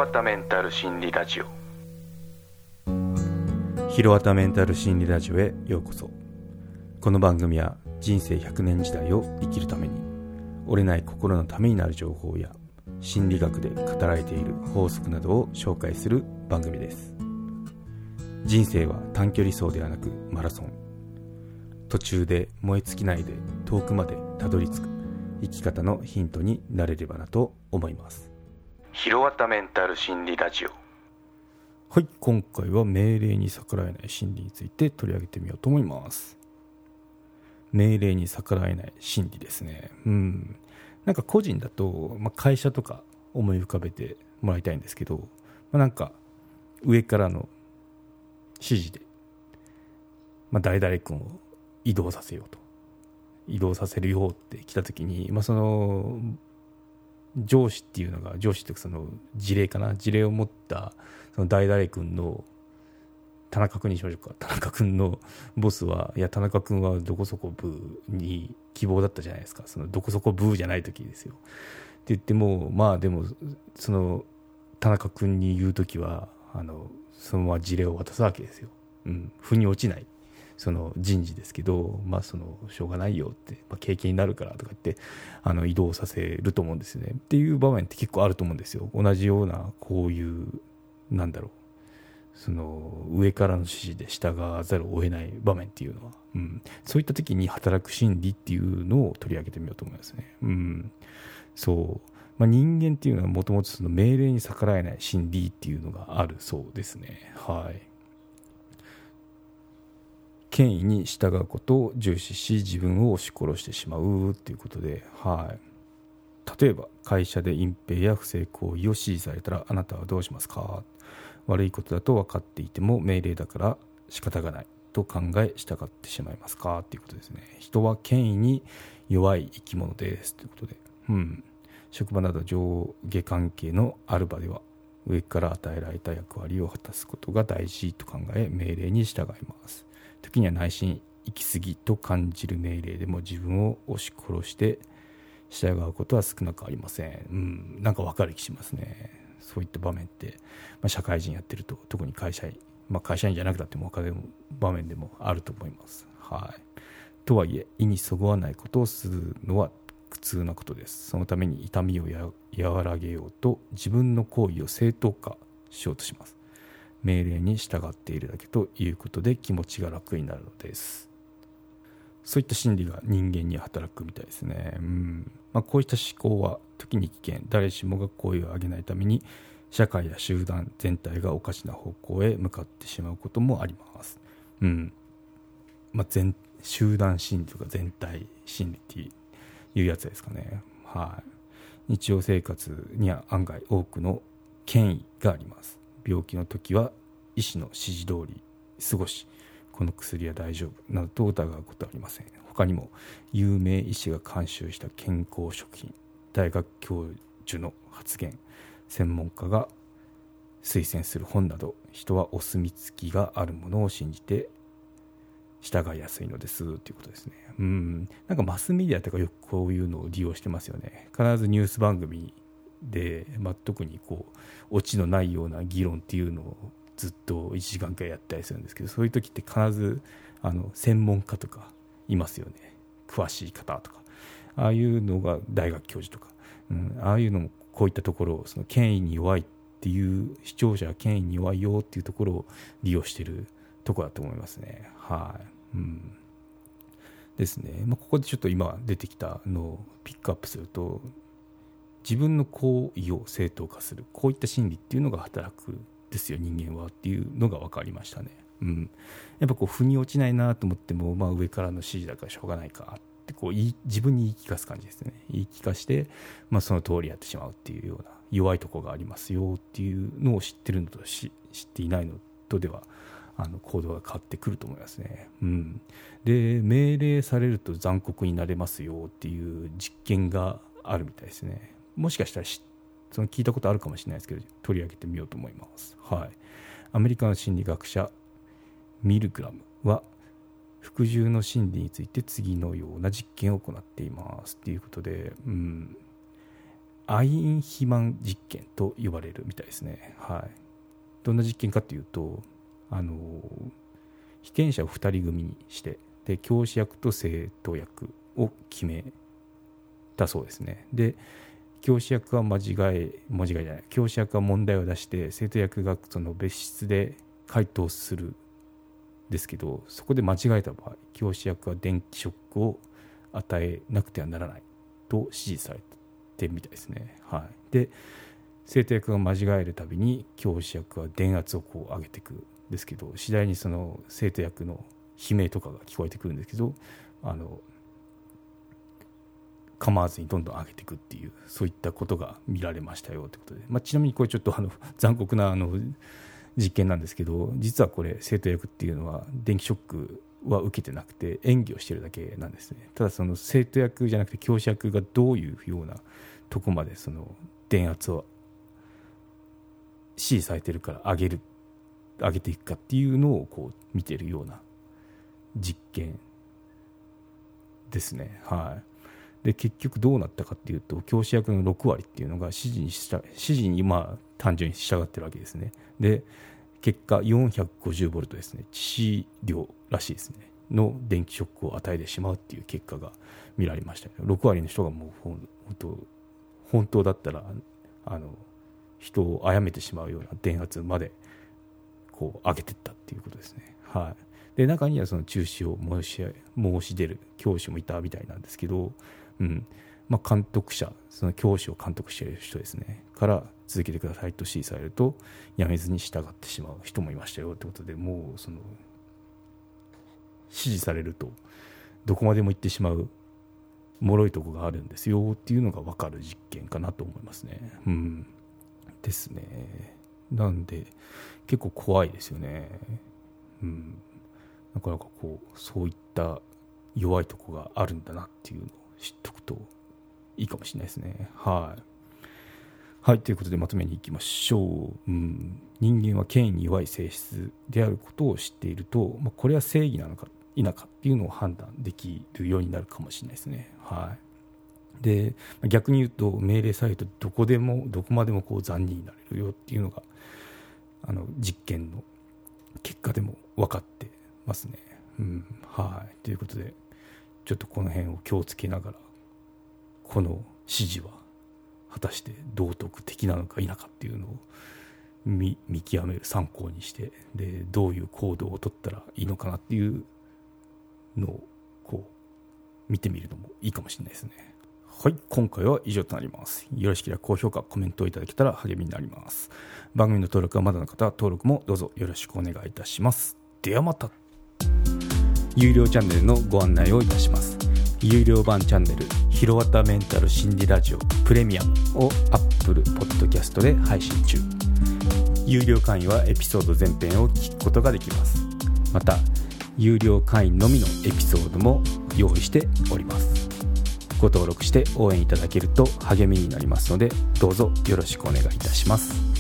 わたメンタル心理ラジオ。 ひろわたメンタル心理ラジオへようこそ。この番組は人生100年時代を生きるために折れない心のためになる情報や心理学で語られている法則などを紹介する番組です。人生は短距離走ではなくマラソン。途中で燃え尽きないで遠くまでたどり着く生き方のヒントになれればなと思います。 ひろわたメンタル心理ラジオ。 はい、今回は命令に逆らえない心理について取り上げてみようと思います。命令に逆らえない心理ですね。なんか個人だと、会社とか思い浮かべてもらいたいんですけど、なんか上からの指示で、誰々君を移動させようと、移動させるよって来た時に、その上司っていうのが、上司というかその事例を持ったその誰々君の田中君にしましょうか。田中君のボスは、いや田中君はどこそこ部に希望だったじゃないですか。そのどこそこ部じゃない時ですよって言っても、でもその田中君に言う時はそのまま事例を渡すわけですよ。腑に落ちないその人事ですけど、そのしょうがないよって、経験になるからとか言って移動させると思うんですよね。っていう場面って結構あると思うんですよ。同じようなこういうその上からの指示で従わざるを得ない場面っていうのは、そういった時に働く心理っていうのを取り上げてみようと思いますね。そう、人間っていうのはもともとその命令に逆らえない心理っていうのがあるそうですね。はい。権威に従うことを重視し、自分を押し殺してしまうっていうことで、例えば会社で隠蔽や不正行為を指示されたら、あなたはどうしますか。悪いことだと分かっていても命令だから仕方がないと考え従ってしまいますかっていうことですね。人は権威に弱い生き物ですということで、職場など上下関係のある場では上から与えられた役割を果たすことが大事と考え命令に従います。時には内心行き過ぎと感じる命令でも自分を押し殺して従うことは少なくありません。なんか分かる気しますね。そういった場面って、社会人やってると特に会社員、会社員じゃなくたっても他でも場面でもあると思います。とはいえ意にそぐわないことをするのは苦痛なことです。そのために痛みを和らげようと自分の行為を正当化しようとします。命令に従っているだけということで気持ちが楽になるのです。そういった心理が人間に働くみたいですね。こういった思考は時に危険。誰しもが声を上げないために社会や集団全体がおかしな方向へ向かってしまうこともあります。集団心理とか全体心理っていうやつですかね。日常生活には案外多くの権威があります。病気の時は医師の指示通り過ごし、この薬は大丈夫などと疑うことはありません。他にも有名医師が監修した健康食品、大学教授の発言、専門家が推薦する本など、人はお墨付きがあるものを信じて従いやすいのですということですね。なんかマスメディアとかよくこういうのを利用してますよね。必ずニュース番組で、特にオチのないような議論っていうのをずっと1時間くらいやったりするんですけど、そういう時って必ず専門家とかいますよね。詳しい方とか、ああいうのが大学教授とか、ああいうのもこういったところをその権威に弱いっていう視聴者は権威に弱いよっていうところを利用しているところだと思いますね。ですね。ここでちょっと今出てきたのをピックアップすると、自分の行為を正当化する、こういった心理っていうのが働くですよ、人間はっていうのが分かりましたね。やっぱ腑に落ちないなと思っても、上からの指示だからしょうがないかって自分に言い聞かす感じですね。言い聞かして、その通りやってしまうっていうような弱いところがありますよっていうのを知ってるのと知っていないのとでは行動が変わってくると思いますね。で、命令されると残酷になれますよっていう実験があるみたいですね。もしかしたらその聞いたことあるかもしれないですけど、取り上げてみようと思います。アメリカの心理学者ミルグラムは服従の心理について次のような実験を行っていますということで、 アイン肥満実験と呼ばれるみたいですね。はい、どんな実験かというと、被験者を2人組にして、で教師役と生徒役を決めたそうですね。で教師役は教師役は問題を出して、生徒役がその別室で回答するんですけど、そこで間違えた場合、教師役は電気ショックを与えなくてはならないと指示されてるみたいですね。はい、で生徒役が間違えるたびに教師役は電圧をこう上げていくんですけど、次第にその生徒役の悲鳴とかが聞こえてくるんですけど、構わずにどんどん上げていくっていう、そういったことが見られましたよということで、ちなみにこれちょっと残酷な実験なんですけど、実はこれ生徒役っていうのは電気ショックは受けてなくて演技をしてるだけなんですね。ただその生徒役じゃなくて教師役がどういうようなとこまでその電圧を指示されてるから上げていくかっていうのをこう見てるような実験ですね。はい、で結局どうなったかっていうと、教師役の6割っていうのが指示に単純に従ってるわけですね。で結果450ボルトですね、致死量らしいですねの電気ショックを与えてしまうっていう結果が見られました。6割の人がもう本当だったら人を殺めてしまうような電圧までこう上げていったっていうことですね。はい、で中にはその中止を申し出る教師もいたみたいなんですけど、監督者、その教師を監督している人ですねから続けてくださいと指示されるとやめずに従ってしまう人もいましたよってことで、もうその指示されるとどこまでも行ってしまう脆いとこがあるんですよっていうのが分かる実験かなと思いますね。ですね。なんで結構怖いですよね。なかなかこうそういった弱いとこがあるんだなっていうのを知っておくといいかもしれないですね。はい、ということでまとめにいきましょう。人間は権威に弱い性質であることを知っていると、これは正義なのか否かっていうのを判断できるようになるかもしれないですね。で逆に言うと命令されるとどこまでもこう残忍になれるよっていうのが実験の結果でも分かってますね。ということでちょっとこの辺を気をつけながら、この指示は果たして道徳的なのか否かっていうのを見極める参考にして、でどういう行動を取ったらいいのかなっていうのをこう見てみるのもいいかもしれないですね。今回は以上となります。よろしければ高評価、コメントをいただけたら励みになります。番組の登録はまだの方は登録もどうぞよろしくお願いいたします。ではまた。有料チャンネルのご案内をいたします。有料版チャンネルひろわたメンタル心理ラジオプレミアムを Apple Podcast で配信中。有料会員はエピソード全編を聞くことができます。また有料会員のみのエピソードも用意しております。ご登録して応援いただけると励みになりますので、どうぞよろしくお願いいたします。